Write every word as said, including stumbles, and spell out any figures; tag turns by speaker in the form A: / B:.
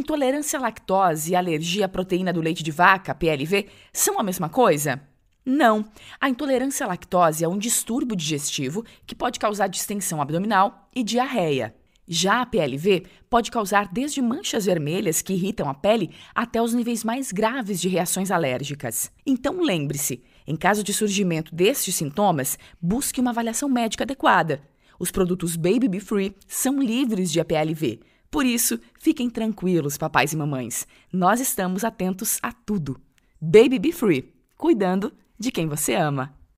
A: Intolerância à lactose e alergia à proteína do leite de vaca, P L V, são a mesma coisa? Não. A intolerância à lactose é um distúrbio digestivo que pode causar distensão abdominal e diarreia. Já a P L V pode causar desde manchas vermelhas que irritam a pele até os níveis mais graves de reações alérgicas. Então lembre-se, em caso de surgimento destes sintomas, busque uma avaliação médica adequada. Os produtos Baby Be Free são livres de P L V. Por isso, fiquem tranquilos, papais e mamães. Nós estamos atentos a tudo. Baby Be Free, cuidando de quem você ama.